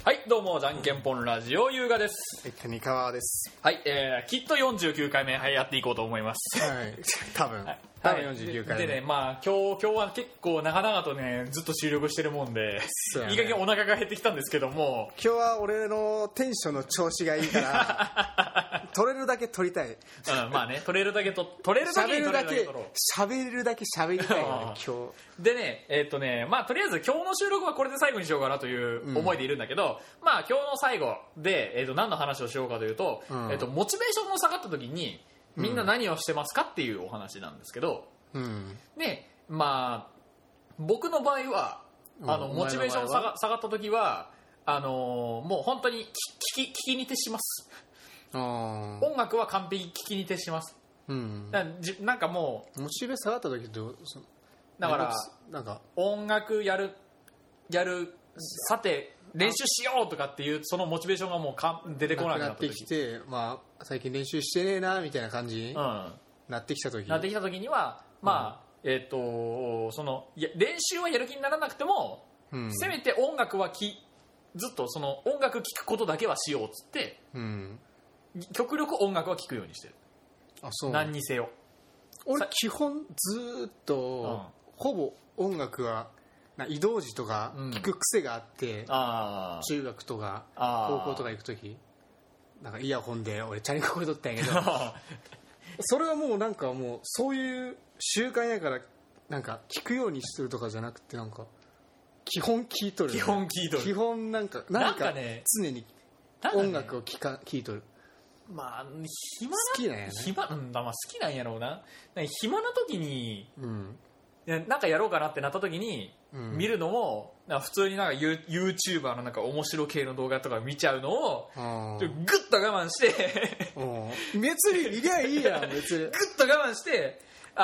はい、どうもじゃんけんぽんラジオ優雅です。 谷川です。 はい、きっと49回目、やっていこうと思います。 はい、多分49回目でね、まあ今日は結構長々とねずっと収録してるもんで、いい加減お腹が減ってきたんですけども、 今日は俺のテンションの調子がいいから取れるだけ取りたい。 まあね、取れるだけ喋るだけ喋りたいよね今日でね。まあとりあえず今日の収録はこれで最後にしようかなという思いでいるんだけど、まあ今日の最後で、何の話をしようかというと、モチベーションの下がった時にみんな何をしてますかっていうお話なんですけど、でまあ僕の場合はモチベーション下がった時はもう本当に聞きに徹します。音楽は完璧に聞きに徹します。なんかもうモチベ下がった時ってだからなんか音楽やるさて練習しようとかっていうそのモチベーションがもう出てこなくなった時、 なってきて、まあ、最近練習してねえなみたいな感じになってきた時にはまあその練習はやる気にならなくても、せめて音楽はずっとその音楽聴くことだけはしようっつって、極力音楽は聴くようにしてる。 あ、そう。 何にせよ俺基本ずっと、ほぼ音楽は移動時とか聴く癖があって、中学とか高校とか行く時なんかイヤホンで俺チャリンコこいとったんやけどそれはもうなんかもうそういう習慣やからなんか聴くようにしてるとかじゃなくて、なんか基本聴いとる、 基本なんかね、常に音楽を聴いとる。 まあ好きなんやね。 まあ好きなんやろうな。暇な時に、なんかやろうかなってなった時に、見るのも普通になんかYouTuber のなんか面白系の動画とか見ちゃうのをグッと我慢して別にいりゃいいやん別にグッと我慢して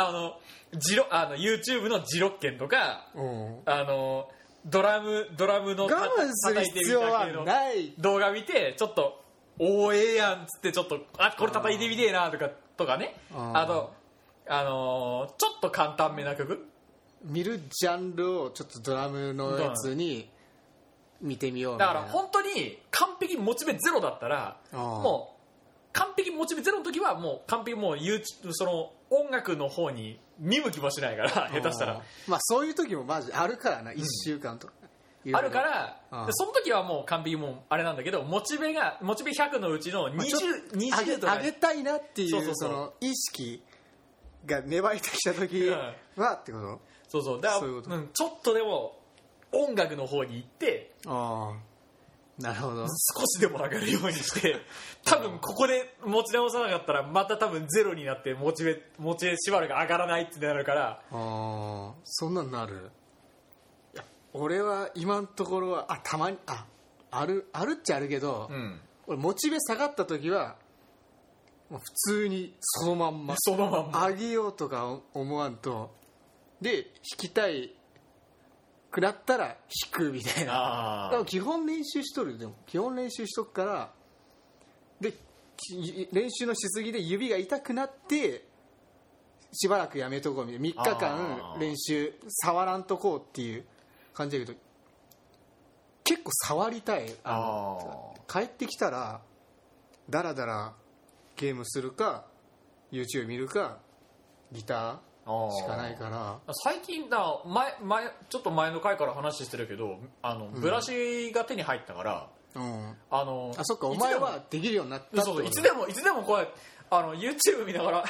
YouTube のジロッケンとかドラムの我慢する必要はない動画見てちょっとええやんっつってちょっとこれ叩いてみてえなとかね、あとちょっと簡単めな曲見るジャンルをちょっとドラムのやつに見てみようみたいな。 だから本当に完璧モチベゼロだったらもう完璧モチベゼロの時はもう完璧もうその音楽の方に見向きもしないから下手したらまあそういう時もマジあるからな、1週間とかあるからその時はもう完璧もうあれなんだけど、モチベ100のうちの20とか上げたいなっていうその意識が芽生えてきた時はってこと。 そうだからちょっとでも音楽の方に行って、 なるほど、 少しでも上がるようにして多分ここで持ち直さなかったらまた多分ゼロになってモチベしばらく上がらないってなるから。 そんなんなる。いや俺は今のところはたまにあるっちゃあるけど、俺モチベ下がった時はもう普通にそのまんま上げようとか思わんと、で弾きたいくなったら弾くみたいな。でも基本練習しとる。でも基本練習しとくから、で練習のしすぎで指が痛くなってしばらくやめとこうみたいな。3日間練習触らんとこうっていう感じだけど、結構触りたい。帰ってきたらダラダラゲームするか YouTube 見るかギターしかないから。 最近ちょっと前の回から話してるけどブラシが手に入ったから、 そっか、お前はできるようになったってこと。 いつでもこうYouTube 見ながら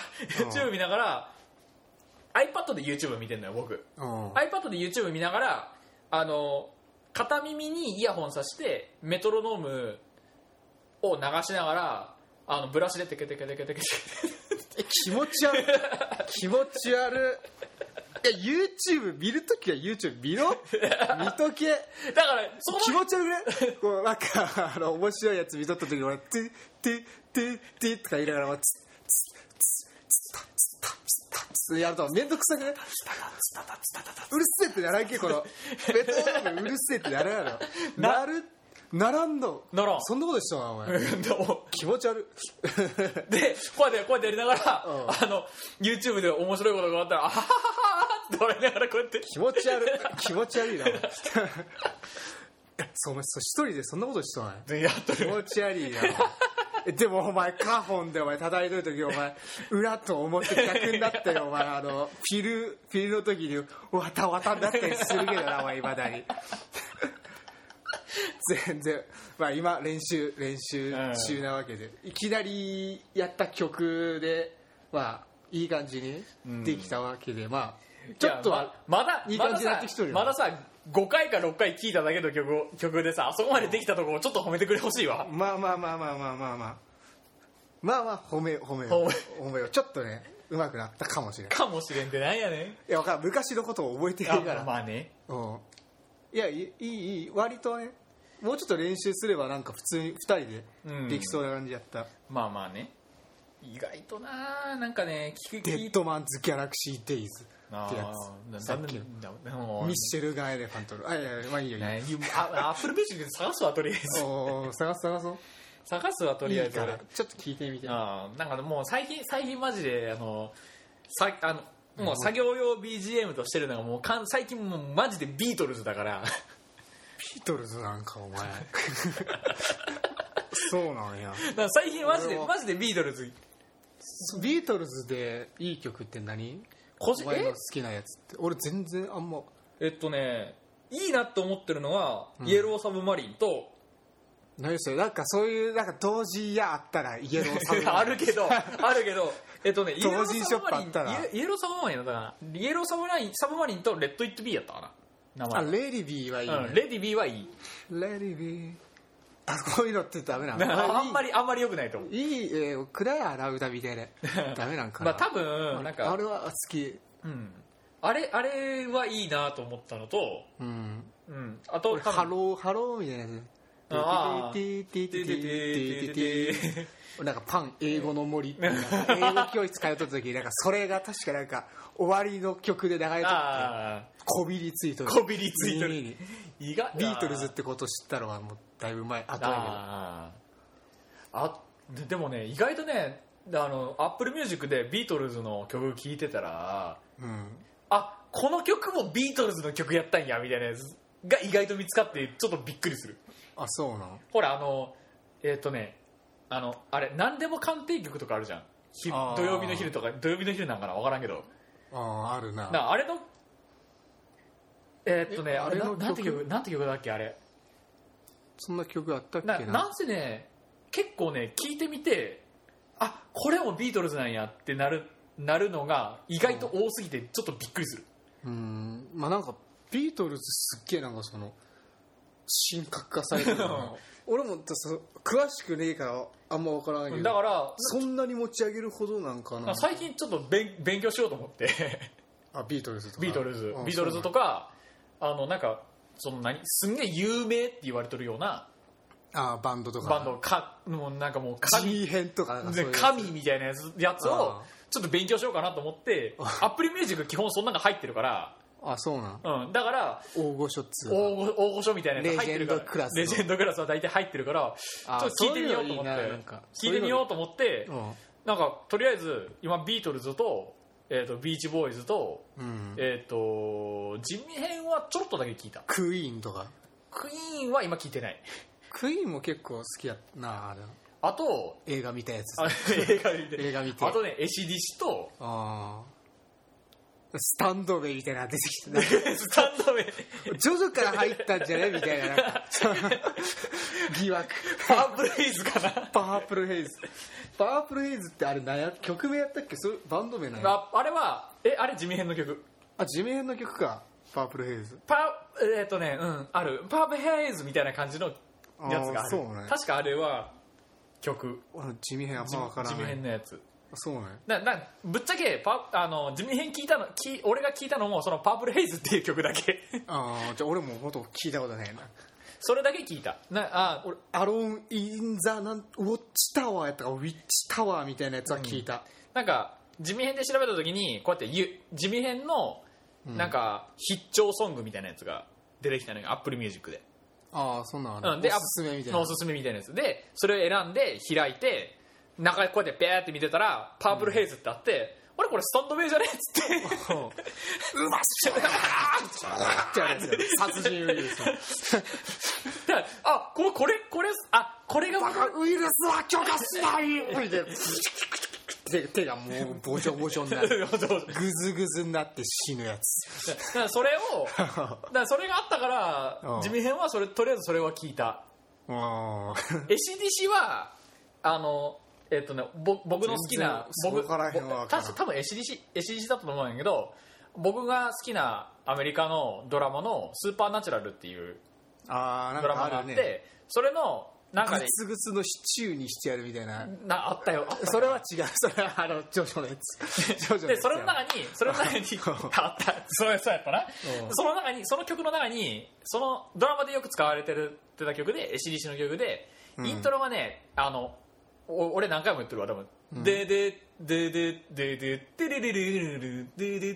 iPad で YouTube 見てんのよ僕。iPad で YouTube 見ながら片耳にイヤホンさしてメトロノームを流しながらブラシでテケテケテケテケ気持ち悪い気持ち悪い。いや YouTube 見るときは YouTube 見ろ見とけ。 だから気持ち悪くね。こうなんか面白いやつ見とったときに俺ティティティティとか言いながらツッツッツッツッタツッタツッタツッやるとめんどくさくね。うるせえってならんけ、このベトナムうるせえってならんやろ。ならんの。そんなことしとなお前気持ち悪いでこうやってやりながら、YouTube で面白いことがあったらあはははって笑いながらこうやって気持ち悪いな一人でそんなことしとないやっとる。 気持ち悪いなでもお前カホンでお前叩いとる時お前裏と表逆になってよお前フィルの時にわたわたになったりするけどなお前未だに全然まあ今練習中なわけで、いきなりやった曲でまあいい感じにできたわけで、まあちょっとはまだいい感じになってきとるよ。 まださ5回か6回聴いただけの曲でさ、あそこまでできたところをちょっと褒めてくれほしいわ。 まあ褒めよう。ちょっとね上手くなったかもしれんってなんやねん。 いや分かる、昔のことを覚えてるから。 まあね、 いやいい割とね、もうちょっと練習すればなんか普通に2人でできそうな感じやった、 まあね、意外となんかねデッドマンズギャラクシーデイズってやつ、さっきのミッシェルガンエレファントのまあいいよいいよ、 アップルミュージックで探すわとりあえず探すわとりあえず。 いいからちょっと聞いてみて。 なんかもう最近マジでもう作業用 BGM としてるのがもう最近もうマジでビートルズだからビートルズなんかお前そうなんや。 だから最近マジでビートルズでいい曲って何？お前の好きなやつって。俺全然あんまいいなと思ってるのは、イエローサブマリンと、 何それ、なんかそういうなんか同時やあったらイエローサブマリンあるけど同時ショップあったらイエローサブマリンだったかな。イエローサブマリンとレッドイットビーやったかな、名前。 レディビーはいいね。 レディビーはいい。 レディビーこういうのってダメなの？あんまり良くないと思う。 いい暗い洗う歌みたいなダメなんかな。 まあ多分なんかあれは好き。 あれはいいなと思ったのと、あとハローみたいなやつ。なんかパン英語の森って英語教室通った時なんかそれが確かなんか終わりの曲で流れとってこびりついとるビートルズってこと知ったのはもうだいぶ前後やけど。でもね意外とねアップルミュージックでビートルズの曲聴いてたら、この曲もビートルズの曲やったんやみたいなやつが意外と見つかってちょっとびっくりする。 あ、そうなの。 ほらあれ何でも鑑定曲とかあるじゃん。土曜日の昼とか、土曜日の昼なんかな分からんけど、 あるな。 あれのあれなんて曲だっけ。あれそんな曲あったっけな。 なんせね結構ね聞いてみてこれもビートルズなんやってなるのが意外と多すぎてちょっとびっくりする。 まあなんかビートルズすっげえなんかその神格化されてるの俺も詳しくねえからあんま分からないけど、 だからそんなに持ち上げるほどなんかな。 最近ちょっと勉強しようと思ってビートルズとかビートルズとかなんかすんげえ有名って言われてるようなバンドとかもうなんかもう神編とか神みたいなやつをちょっと勉強しようかなと思ってアップルミュージック基本そんなのが入ってるから。 そうなん。 だから大御所っつう大御所みたいなやつ入ってるからレジェンドクラスは大体入ってるからちょっと聞いてみようと思ってなんかとりあえず今ビートルズとビーチボーイズとジミ編はちょろっとだけ聞いた。 クイーンとか。 クイーンは今聞いてない。 クイーンも結構好きやな。 あと映画見たやつ。 映画見てあとねエシディシとスタンドウェイみたいなの出てきてスタンドウェイジョジョから入ったんじゃねみたいな疑惑。 パープルヘイズかな。 パープルヘイズってあれ曲名やったっけ。バンド名なんや。 あれはあれ地味編の曲。 地味編の曲か。パープルヘイズあるパープルヘイズみたいな感じのやつがある。 そうね。 確かあれは曲。 地味編あんま分からない。 地味編のやつ。 そうね。 ぶっちゃけ地味編俺が聞いたのもそのパープルヘイズっていう曲だけ。 じゃあ俺もほとんど聞いたことないな。 それだけ聞いた。 俺アローン・イン・ザ・ウォッチタワーやったかウィッチタワーみたいなやつは聞いた。 なんか地味編で調べた時にこうやって地味編のなんか必聴ソングみたいなやつが出てきたのよ、アップルミュージックで。 そんなのでおすすめみたいなやつでそれを選んで開いて中こうやってペーって見てたらパープルヘイズってあって、 あれこれスタンド名じゃねっつってうまっしゃーってやるんですよ、殺人ウイルスあこれがウイルスは許可しない手がもうボジョボジョになるグズグズになって死ぬやつだからそれがあったから地味編はとりあえずそれは聞いた。エシディシは僕の好きな多分エシディシだったと思うんやけど、僕が好きなアメリカのドラマのスーパーナチュラルっていうドラマがあって、それのなんかグツグツのシチューにしてやるみたいなあったよ。 それは違う、それはジョジョのやつでそれの中にあったそうやったな、その曲の中にそのドラマでよく使われてた曲で、エシディシの曲で、イントロがね俺何回も言ってるわ多分、でででででででででででででで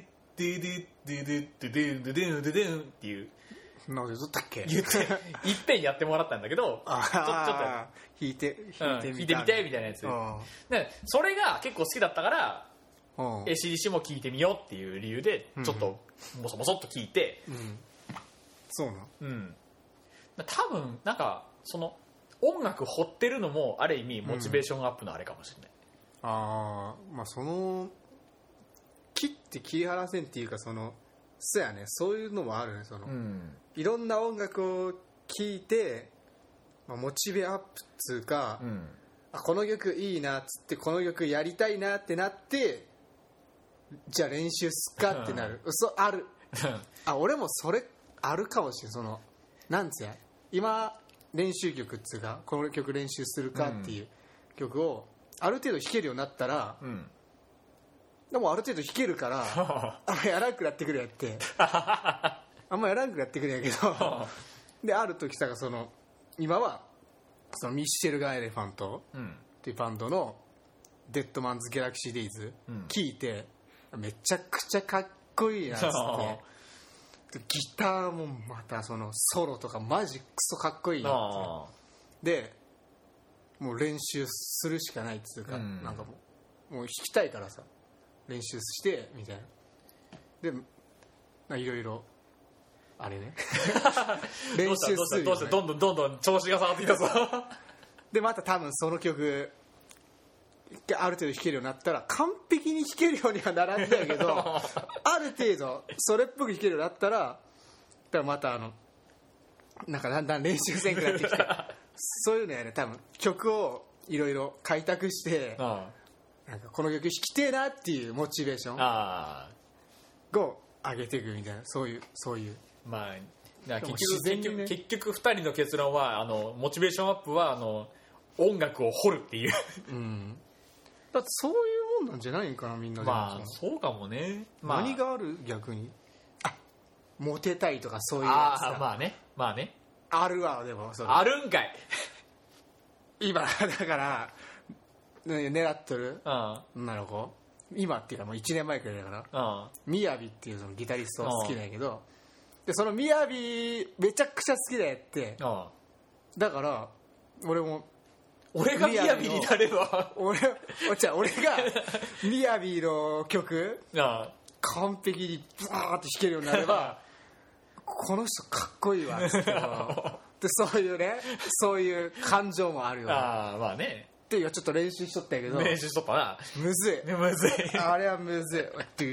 ででっていうなんで撮ったっけ言っていっぺんやってもらったんだけど、ちょっと弾いてみたいみたいなやつで、それが結構好きだったからエシディシも聴いてみようっていう理由でちょっとボソボソっと聴いて、 そうなの、 多分なんかその音楽掘ってるのもある意味モチベーションアップのあれかもしれない。 まあその切って切り離せんっていうか、そうやね、そういうのもあるね、いろんな音楽を聴いて、モチベアップっつうか、この曲いいなっつってこの曲やりたいなってなって、じゃあ練習すっかってなる、ある俺もそれあるかもしれん。なんつや今練習曲っつうか、この曲練習するかっていう曲をある程度弾けるようになったら、でもある程度弾けるからあんまやらんくなってくるやってあんまやらんくなってくるやけどである時さ、今はミッシェルガン・エレファントっていうバンドのデッドマンズ・ギャラクシー・デイズ聴いて、めちゃくちゃかっこいいなっつってギターもまたソロとかマジクソかっこいいなってでもう練習するしかないっつうか、なんかもう弾きたいからさ練習してみたいなで、いろいろあれね練習する、 どうしてどんどん調子が下がってきたぞでまた多分その曲ある程度弾けるようになったら完璧に弾けるようにはならんだけどある程度それっぽく弾けるようになったらまたなんかだんだん練習せんくなってきてそういうのやね、多分曲をいろいろ開拓してなんかこの曲弾きてえなっていうモチベーションを上げていくみたいな、そういうまあ結局2人の結論はモチベーションアップは音楽を掘るっていうだってそういうもんなんじゃないんかな、みんなで。 まあそうかもね、 何がある逆にモテたいとかそういうやつさ。 まあねあるわ。でもあるんかい今だから狙っとる女の子、今っていうかもう1年前くらいだからみやびっていうそのギタリスト好きなんやけど、でそのみやびめちゃくちゃ好きだよって、だから俺がみやびになれば俺がみやびの曲完璧にバーッと弾けるようになればこの人かっこいいわっつってでそういう感情もあるよね。 まあねってちょっと練習しとったけど、 練習しとったな。 むずいあれはむずい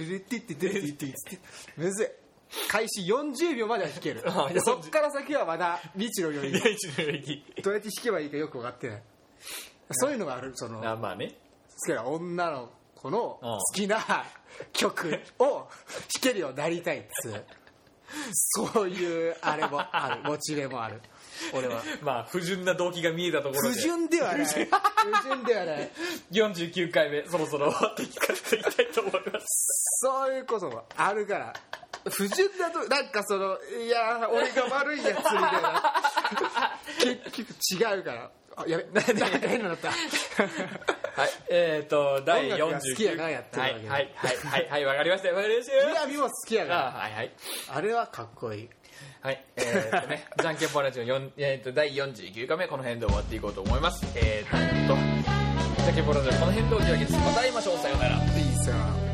むずい。開始40秒までは弾けるそっから先はまだ未知の領域どうやって弾けばいいかよく分かってない。そういうのがある。 まあね、 好きな女の子の好きな曲を弾けるようになりたいっつうそういうあれもある、モチベもある俺は。 まあ不純な動機が見えたところで不純ではない 49回目そろそろ終わっていきたいと思います。 そういうこともあるから不純だとなんかいや俺が悪いやつみたいな結局違うから。やべなんか変なのだったはい第49 音楽が好きやなやってるわけはいわかりましたみやびも好きやからあれはかっこいい。 はいじゃんけんぽんラジオ第49回目この辺で終わっていこうと思います。じゃんけんぽんラジオこの辺でお開きです。また会いましょう。さようなら。 じゃあ